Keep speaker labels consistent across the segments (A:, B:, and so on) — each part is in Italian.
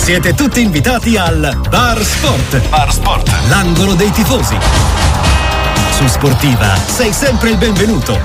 A: Siete tutti invitati al Bar Sport.
B: Bar Sport,
A: l'angolo dei tifosi. Su Sportiva sei sempre il benvenuto.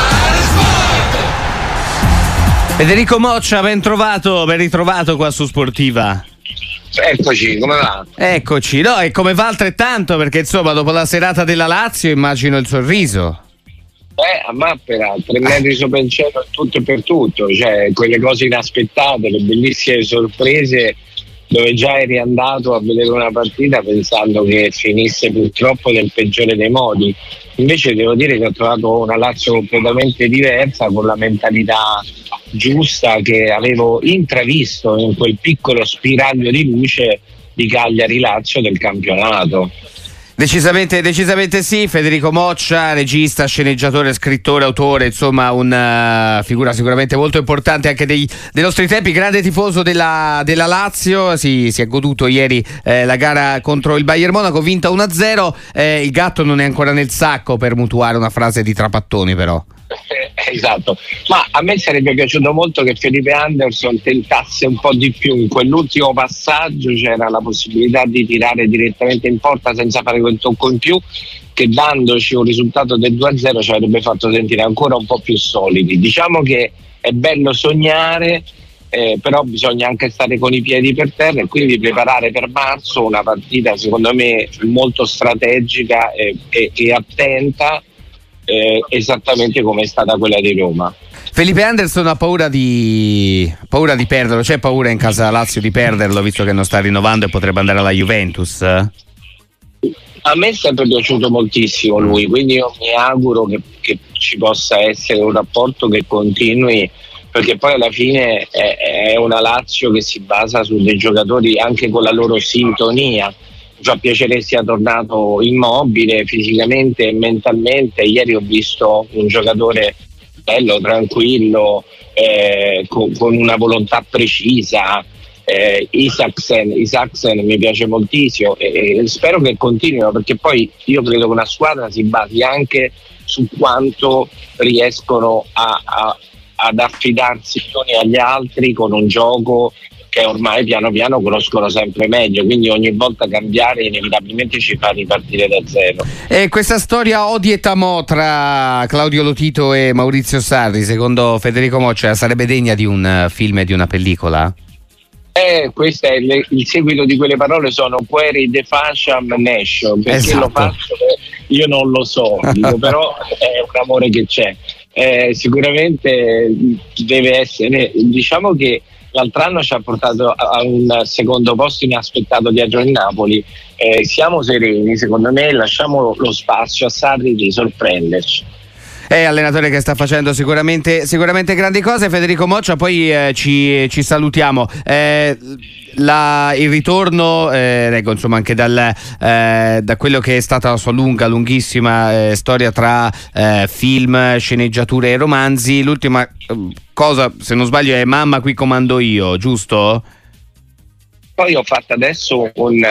C: Federico Moccia, ben ritrovato qua su Sportiva.
D: Eccoci, come va?
C: Eccoci, no, e come va altrettanto, perché insomma dopo la serata della Lazio immagino il sorriso.
D: A mappera, 3 metri sopra il cielo, tutto e per tutto, cioè quelle cose inaspettate, le bellissime sorprese, dove già eri andato a vedere una partita pensando che finisse purtroppo nel peggiore dei modi. Invece devo dire che ho trovato una Lazio completamente diversa, con la mentalità giusta che avevo intravisto in quel piccolo spiraglio di luce di Cagliari-Lazio del campionaado.
C: Decisamente sì. Federico Moccia, regista, sceneggiatore, scrittore, autore, insomma una figura sicuramente molto importante anche dei nostri tempi, grande tifoso della Lazio. Si è goduto ieri la gara contro il Bayern Monaco, vinta 1-0. Il gatto non è ancora nel sacco, per mutuare una frase di Trapattoni, però.
D: Esatto, ma a me sarebbe piaciuto molto che Felipe Anderson tentasse un po' di più. In quell'ultimo passaggio c'era la possibilità di tirare direttamente in porta senza fare quel tocco in più, che dandoci un risultato del 2-0 ci avrebbe fatto sentire ancora un po' più solidi. Diciamo che è bello sognare, però bisogna anche stare con i piedi per terra e quindi preparare per marzo una partita secondo me molto strategica e attenta, esattamente come è stata quella di Roma.
C: Felipe Anderson ha paura di perderlo, c'è paura in casa Lazio di perderlo, visto che non sta rinnovando e potrebbe andare alla Juventus?
D: A me è sempre piaciuto moltissimo lui, quindi io mi auguro che ci possa essere un rapporto che continui, perché poi alla fine è una Lazio che si basa su dei giocatori anche con la loro sintonia. Mi fa piacere sia tornato Immobile fisicamente e mentalmente. Ieri ho visto un giocatore bello, tranquillo, con una volontà precisa. Isaksen mi piace moltissimo e spero che continuino, perché poi io credo che una squadra si basi anche su quanto riescono ad affidarsi gli uni agli altri con un gioco che ormai piano piano conoscono sempre meglio, quindi ogni volta cambiare inevitabilmente ci fa ripartire da zero.
C: E questa storia odi et amò tra Claudio Lotito e Maurizio Sarri, secondo Federico Moccia, sarebbe degna di un film e di una pellicola?
D: Questo è il seguito di quelle parole, sono pueri de facem nation, perché
C: esatto.
D: Lo faccio, io non lo so, dico, però è un amore che c'è. Sicuramente deve essere, diciamo che l'altro anno ci ha portato a un secondo posto inaspettato dietro il Napoli. Siamo sereni, secondo me, lasciamo lo spazio a Sarri di sorprenderci.
C: È allenatore che sta facendo sicuramente grandi cose. Federico Moccia, poi ci salutiamo. Il ritorno, ecco, insomma, anche da quello che è stata la sua lunghissima storia tra film, sceneggiature e romanzi. L'ultima cosa, se non sbaglio, è Mamma qui comando io, giusto?
D: Poi ho fatto adesso un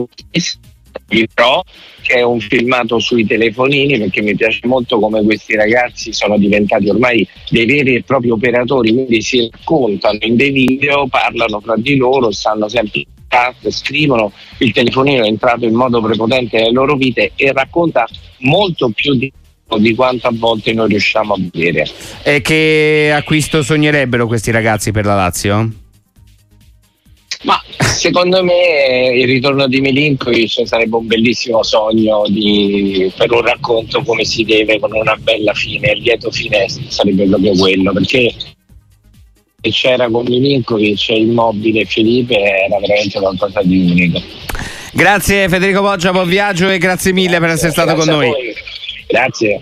D: Pro, che è un filmato sui telefonini, perché mi piace molto come questi ragazzi sono diventati ormai dei veri e propri operatori, quindi si raccontano in dei video, parlano fra di loro, stanno sempre in chat, scrivono, il telefonino è entrato in modo prepotente nelle loro vite e racconta molto più di quanto a volte noi riusciamo a vedere.
C: E che acquisto sognerebbero questi ragazzi per la Lazio?
D: Ma secondo me il ritorno di Milinkovic sarebbe un bellissimo sogno per un racconto come si deve, con una bella fine. Il lieto fine sarebbe proprio quello, perché c'era con Milinkovic, Immobile e Felipe, era veramente qualcosa di unico.
C: Grazie Federico Moccia, buon viaggio e grazie mille per essere stato con noi.
D: Grazie.